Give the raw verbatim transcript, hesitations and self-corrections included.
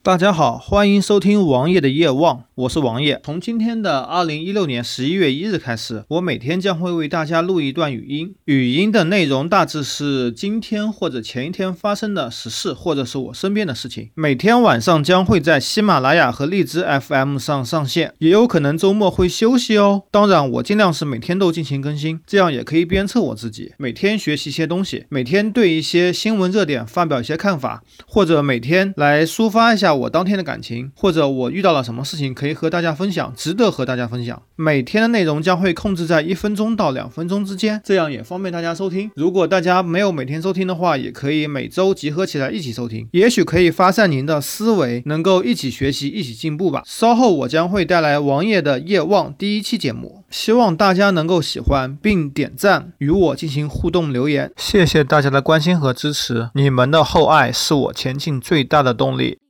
大家好，欢迎收听王爷的夜望，我是王爷。从今天的二零一六年十一月一日开始，我每天将会为大家录一段语音。语音的内容大致是今天或者前一天发生的时事，或者是我身边的事情。每天晚上将会在喜马拉雅和荔枝 F M 上上线，也有可能周末会休息哦。当然，我尽量是每天都进行更新，这样也可以鞭策我自己，每天学习一些东西，每天对一些新闻热点发表一些看法，或者每天来抒发一下我当天的感情，或者我遇到了什么事情可以和大家分享，值得和大家分享。每天的内容将会控制在一分钟到两分钟之间，这样也方便大家收听。如果大家没有每天收听的话，也可以每周集合起来一起收听，也许可以发散您的思维，能够一起学习，一起进步吧。稍后我将会带来王爷的夜望第一期节目，希望大家能够喜欢并点赞与我进行互动留言。谢谢大家的关心和支持，你们的厚爱是我前进最大的动力。